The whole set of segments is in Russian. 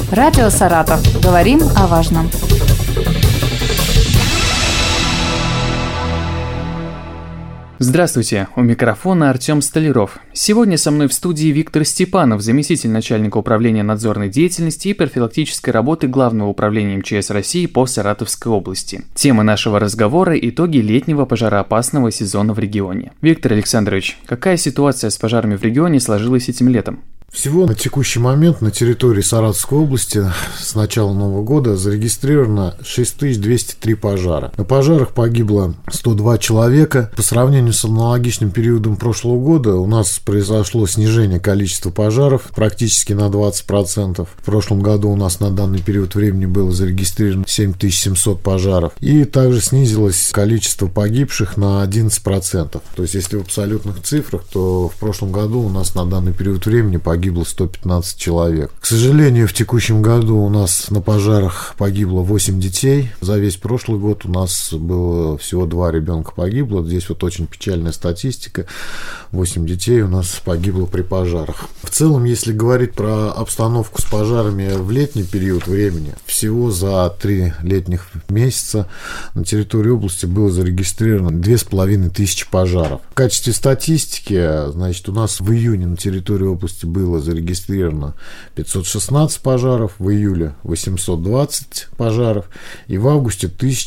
Радио «Саратов». Говорим о важном. Здравствуйте, у микрофона Артем Столяров. Сегодня со мной в студии Виктор Степанов, заместитель начальника управления надзорной деятельности и профилактической работы Главного управления МЧС России по Саратовской области. Тема нашего разговора – итоги летнего пожароопасного сезона в регионе. Виктор Александрович, какая ситуация с пожарами в регионе сложилась этим летом? Всего на текущий момент на территории Саратовской области с начала Нового года зарегистрировано 6203 пожара. На пожарах погибло 102 человека. По сравнению с аналогичным периодом прошлого года у нас произошло снижение количества пожаров практически на 20%. В прошлом году у нас на данный период времени было зарегистрировано 7700 пожаров. И также снизилось количество погибших на 11%. То есть если в абсолютных цифрах, то в прошлом году у нас на данный период времени погибло 115 человек. К сожалению, в текущем году у нас на пожарах погибло 8 детей. За весь прошлый год у нас было всего 2 ребенка погибло. Здесь вот очень печальная статистика. 8 детей у нас погибло при пожарах. В целом, если говорить про обстановку с пожарами в летний период времени, всего за 3 летних месяца на территории области было зарегистрировано 2500 пожаров. В качестве статистики, значит, у нас в июне на территории области было зарегистрировано 516 пожаров, в июле 820 пожаров и в августе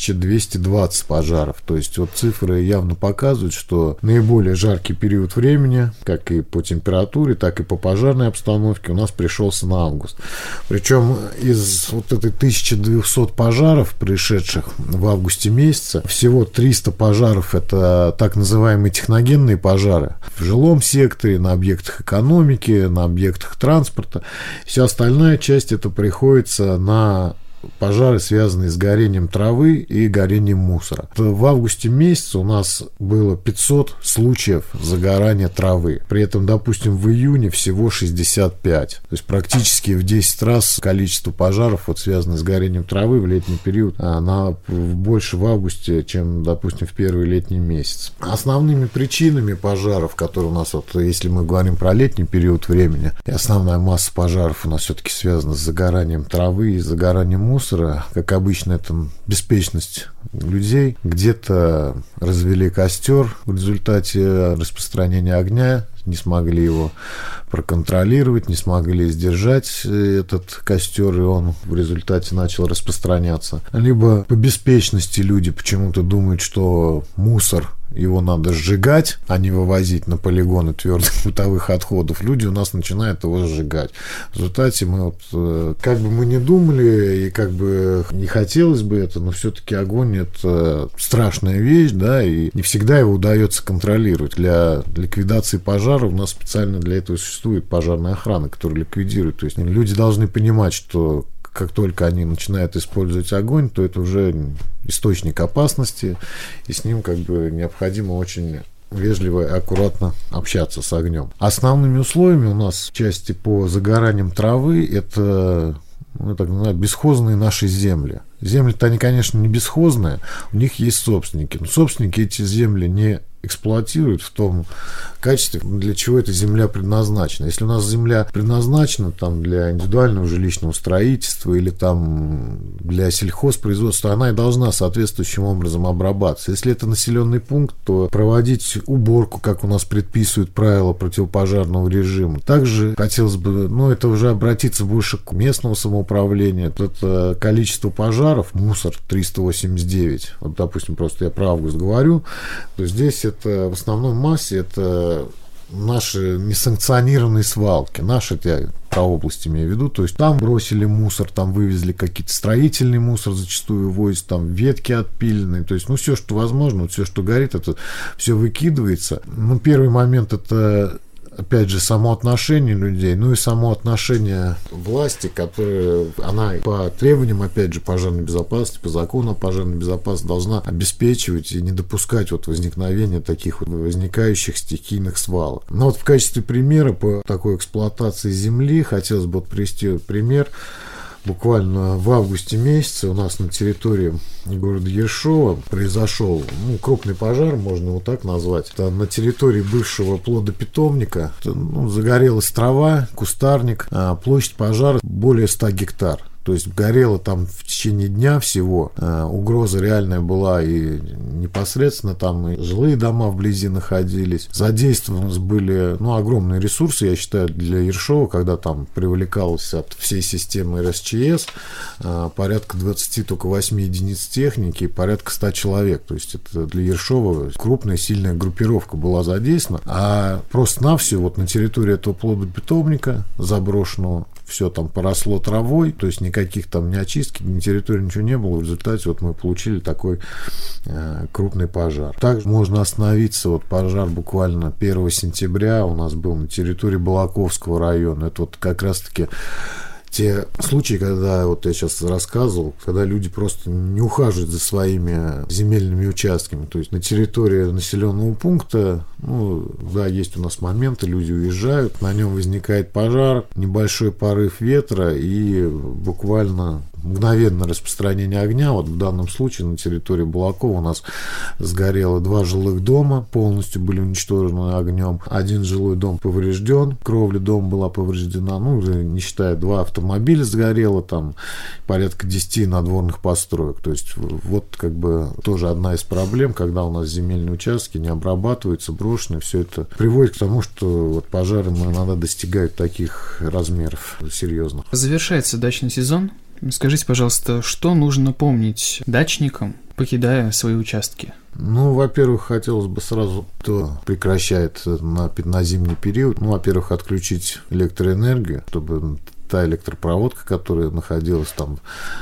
1220 пожаров. То есть вот цифры явно показывают, что наиболее жаркий период времени, как и по температуре, так и по пожарной обстановке, у нас пришелся на август. Причем из вот этой 1200 пожаров, пришедших в августе месяце, всего 300 пожаров — это так называемые техногенные пожары в жилом секторе, на объектах экономики, на объектах транспорта. Вся остальная часть это приходится на пожары, связанные с горением травы и горением мусора. В августе месяце у нас было 500 случаев загорания травы. При этом, допустим, в июне всего 65. То есть практически в 10 раз количество пожаров, вот, связанных с горением травы в летний период, больше в августе, чем, допустим, в первый летний месяц. Основными причинами пожаров, которые у нас, вот, если мы говорим про летний период времени, и основная масса пожаров у нас все-таки связана с загоранием травы и загоранием мусора, как обычно, это беспечность людей. Где-то развели костер в результате распространения огня, не смогли его проконтролировать, не смогли сдержать этот костер, и он в результате начал распространяться. Либо по беспечности люди почему-то думают, что мусор его надо сжигать, а не вывозить на полигоны твердых бытовых отходов. Люди у нас начинают его сжигать. В результате мы вот, как бы мы ни думали и как бы не хотелось бы это, но все-таки огонь — это страшная вещь, да, и не всегда его удается контролировать. Для ликвидации пожара у нас специально для этого существует пожарная охрана, которая ликвидирует. То есть люди должны понимать, что как только они начинают использовать огонь, то это уже источник опасности, и с ним как бы необходимо очень вежливо и аккуратно общаться с огнем. Основными условиями у нас в части по загораниям травы это, так называемые, бесхозные наши земли. Земли-то они, конечно, не бесхозные, у них есть собственники, но собственники эти земли не эксплуатируют в том качестве, для чего эта земля предназначена. Если у нас земля предназначена там для индивидуального жилищного строительства или там для сельхозпроизводства, она и должна соответствующим образом обрабатываться. Если это населенный пункт, то проводить уборку, как у нас предписывают правила противопожарного режима. Также хотелось бы, это уже обратиться больше к местному самоуправлению. Это количество пожаров, мусор 389. Вот, допустим, просто я про август говорю, то здесь это в основной массе это наши несанкционированные свалки. Наши, я про область имею в виду, то есть там бросили мусор, там вывезли какие-то строительный мусор, зачастую возят, там ветки отпиленные, то есть, все, что возможно, все, что горит, это все выкидывается. Первый момент — это, опять же, само отношение людей, и само отношение власти, которая, она по требованиям, опять же, пожарной безопасности, по закону о пожарной безопасности должна обеспечивать и не допускать возникновения таких возникающих стихийных свалок. Но в качестве примера по такой эксплуатации земли хотелось бы привести пример. буквально в августе месяце у нас на территории города Ершова произошел крупный пожар, можно его так назвать. Это на территории бывшего плодопитомника. Загорелась трава, кустарник, площадь пожара более 100 гектар. То есть горело там в течение дня всего. Угроза реальная была, и непосредственно там и жилые дома вблизи находились. Задействованы были огромные ресурсы, я считаю, для Ершова, когда там привлекалось от всей системы РСЧС порядка 28 единиц техники и порядка 100 человек. То есть это для Ершова крупная, сильная группировка была задействована. А просто-навсего вот на территории этого плодопитомника заброшенного все там поросло травой, то есть никаких там ни очистки, ни территории, ничего не было. В результате вот мы получили такой крупный пожар. Также можно остановиться, вот пожар буквально 1 сентября у нас был на территории Балаковского района. Это вот как раз-таки те случаи, когда вот я сейчас рассказывал, когда люди просто не ухаживают за своими земельными участками. То есть на территории населенного пункта, есть у нас моменты, люди уезжают, на нем возникает пожар, небольшой порыв ветра и буквально мгновенное распространение огня. Вот в данном случае на территории Балакова у нас сгорело 2 жилых дома, полностью были уничтожены огнем. 1 жилой дом поврежден, кровля дома была повреждена, не считая 2 автомобиля сгорело, там порядка 10 надворных построек. То есть вот как бы тоже одна из проблем, когда у нас земельные участки не обрабатываются, брошены, все это приводит к тому, что вот пожары иногда достигают таких размеров серьезных. Завершается дачный сезон. Скажите, пожалуйста, что нужно помнить дачникам, покидая свои участки? Во-первых, хотелось бы сразу, кто прекращает на зимний период, во-первых, отключить электроэнергию, чтобы та электропроводка, которая находилась там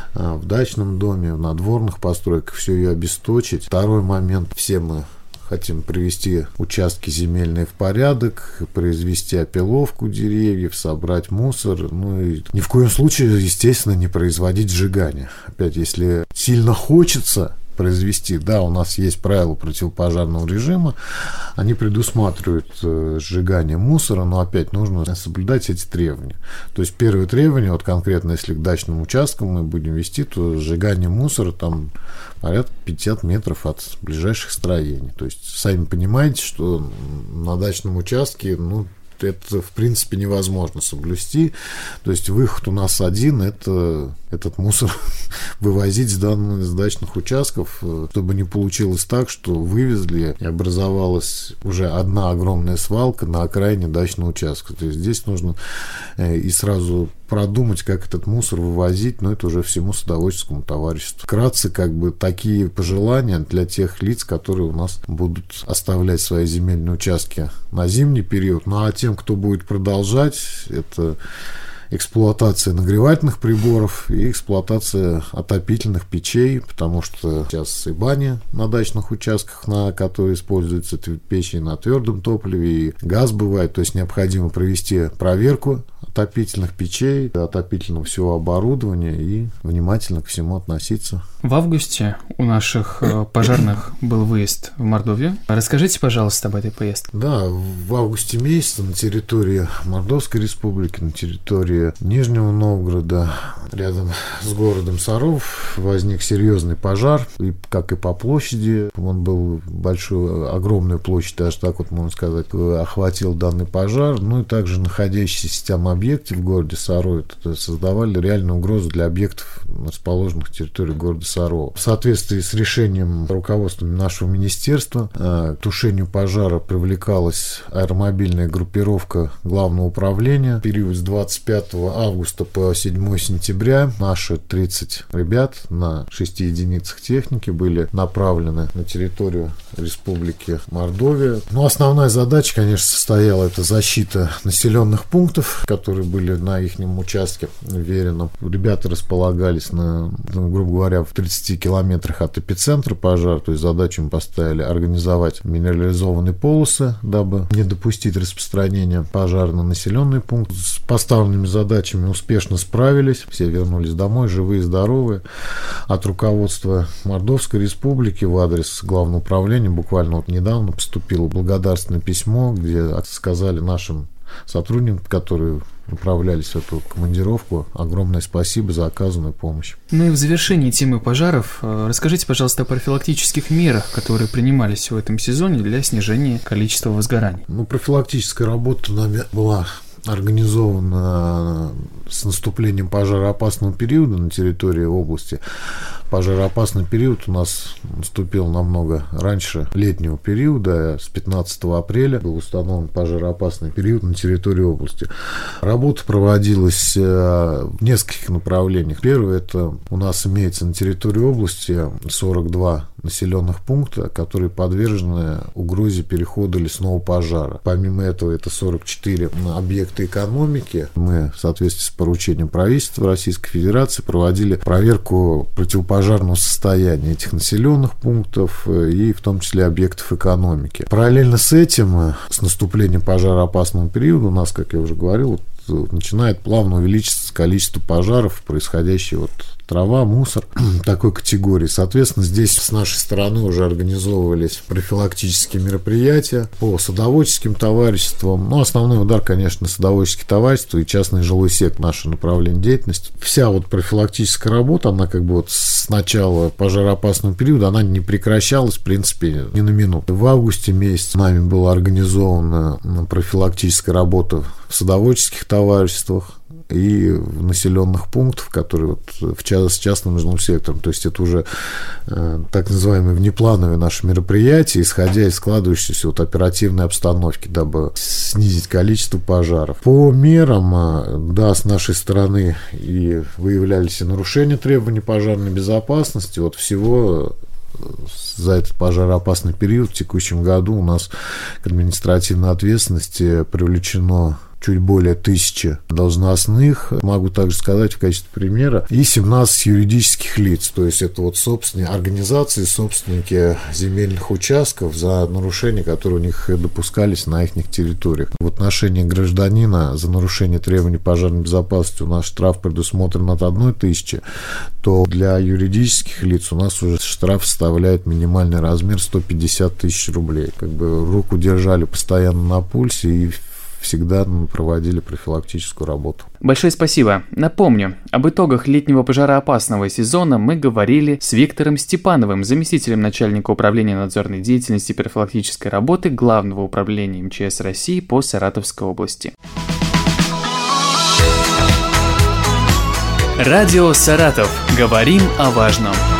в дачном доме, в надворных постройках, все ее обесточить. Второй момент, все мы хотим привести участки земельные в порядок, произвести опиловку деревьев, собрать мусор, и ни в коем случае, естественно, не производить сжигание. Опять, если сильно хочется произвести, у нас есть правила противопожарного режима, они предусматривают сжигание мусора, но опять нужно соблюдать эти требования. То есть первое требование, вот конкретно если к дачным участкам мы будем вести, то сжигание мусора там порядка 50 метров от ближайших строений. То есть сами понимаете, что на дачном участке, это, в принципе, невозможно соблюсти. То есть выход у нас один – это этот мусор вывозить с дачных участков, чтобы не получилось так, что вывезли и образовалась уже одна огромная свалка на окраине дачного участка. То есть здесь нужно и сразу продумать, как этот мусор вывозить, но это уже всему садоводческому товариществу. Вкратце, такие пожелания для тех лиц, которые у нас будут оставлять свои земельные участки на зимний период. А тем, кто будет продолжать, это эксплуатация нагревательных приборов и эксплуатация отопительных печей, потому что сейчас и бани на дачных участках, на которые используются печи на твердом топливе, и газ бывает, то есть необходимо провести проверку отопительных печей, отопительного всего оборудования и внимательно ко всему относиться. В августе у наших пожарных был выезд в Мордовию. Расскажите, пожалуйста, об этой поездке. Да, в августе месяце на территории Мордовской Республики, на территории Нижнего Новгорода, рядом с городом Саров, возник серьезный пожар, и как и по площади, он был огромную площадь, даже так вот можно сказать, охватил данный пожар, и также находящиеся там объекты в городе Сарове создавали реальную угрозу для объектов, расположенных на территории города Сарова. В соответствии с решением руководства нашего министерства к тушению пожара привлекалась аэромобильная группировка Главного управления. В период с 25 августа по 7 сентября наши 30 ребят на 6 единицах техники были направлены на территорию Республики Мордовия. Основная задача, конечно, состояла это защита населенных пунктов, которые были на их участке веренном. Ребята располагались грубо говоря, в 30 километрах от эпицентра пожара, то есть задачу мы поставили организовать минерализованные полосы, дабы не допустить распространения пожара на населенный пункт. С поставленными задачами успешно справились, все вернулись домой, живые и здоровые. От руководства Мордовской Республики в адрес Главного управления буквально недавно поступило благодарственное письмо, где сказали нашим сотрудникам, которые направлялись в эту командировку. Огромное спасибо за оказанную помощь. Ну и в завершении темы пожаров расскажите, пожалуйста, о профилактических мерах, которые принимались в этом сезоне для снижения количества возгораний. Профилактическая работа нами была организована с наступлением пожароопасного периода на территории области. Пожароопасный период у нас наступил намного раньше летнего периода. С 15 апреля был установлен пожароопасный период на территории области. Работа проводилась в нескольких направлениях. Первое, это у нас имеется на территории области 42 населенных пункта, которые подвержены угрозе перехода лесного пожара. Помимо этого, это 44 объекта экономики. Мы, в соответствии с поручением правительства Российской Федерации, проводили проверку противопожарного состояния этих населенных пунктов и в том числе объектов экономики. Параллельно с этим, с наступлением пожароопасного периода, у нас, как я уже говорил, начинает плавно увеличиваться количество пожаров, происходящие трава, мусор такой категории. Соответственно, здесь с нашей стороны уже организовывались профилактические мероприятия по садоводческим товариществам. Основной удар, конечно, садоводческие товарищества и частный жилой сектор, наше направление деятельности. Вся профилактическая работа, она с начала пожароопасного периода, она не прекращалась, в принципе, ни на минуту. В августе месяце нами была организована профилактическая работа в садоводческих товариществах и в населенных пунктах, которые с частным жилым сектором. То есть это уже так называемые внеплановые наши мероприятия, исходя из складывающейся оперативной обстановки, дабы снизить количество пожаров. По мерам, да, с нашей стороны и выявлялись и нарушения требований пожарной безопасности. Всего за этот пожароопасный период в текущем году у нас к административной ответственности привлечено чуть более 1000 должностных, могу также сказать в качестве примера, и 17 юридических лиц, то есть это собственные организации, собственники земельных участков за нарушения, которые у них допускались на их территориях. В отношении гражданина за нарушение требований пожарной безопасности у нас штраф предусмотрен от 1000, то для юридических лиц у нас уже штраф составляет минимальный размер 150 тысяч рублей. Руку держали постоянно на пульсе и всегда проводили профилактическую работу. Большое спасибо. Напомню, об итогах летнего пожароопасного сезона мы говорили с Виктором Степановым, заместителем начальника управления надзорной деятельности и профилактической работы Главного управления МЧС России по Саратовской области. Радио «Саратов». Говорим о важном.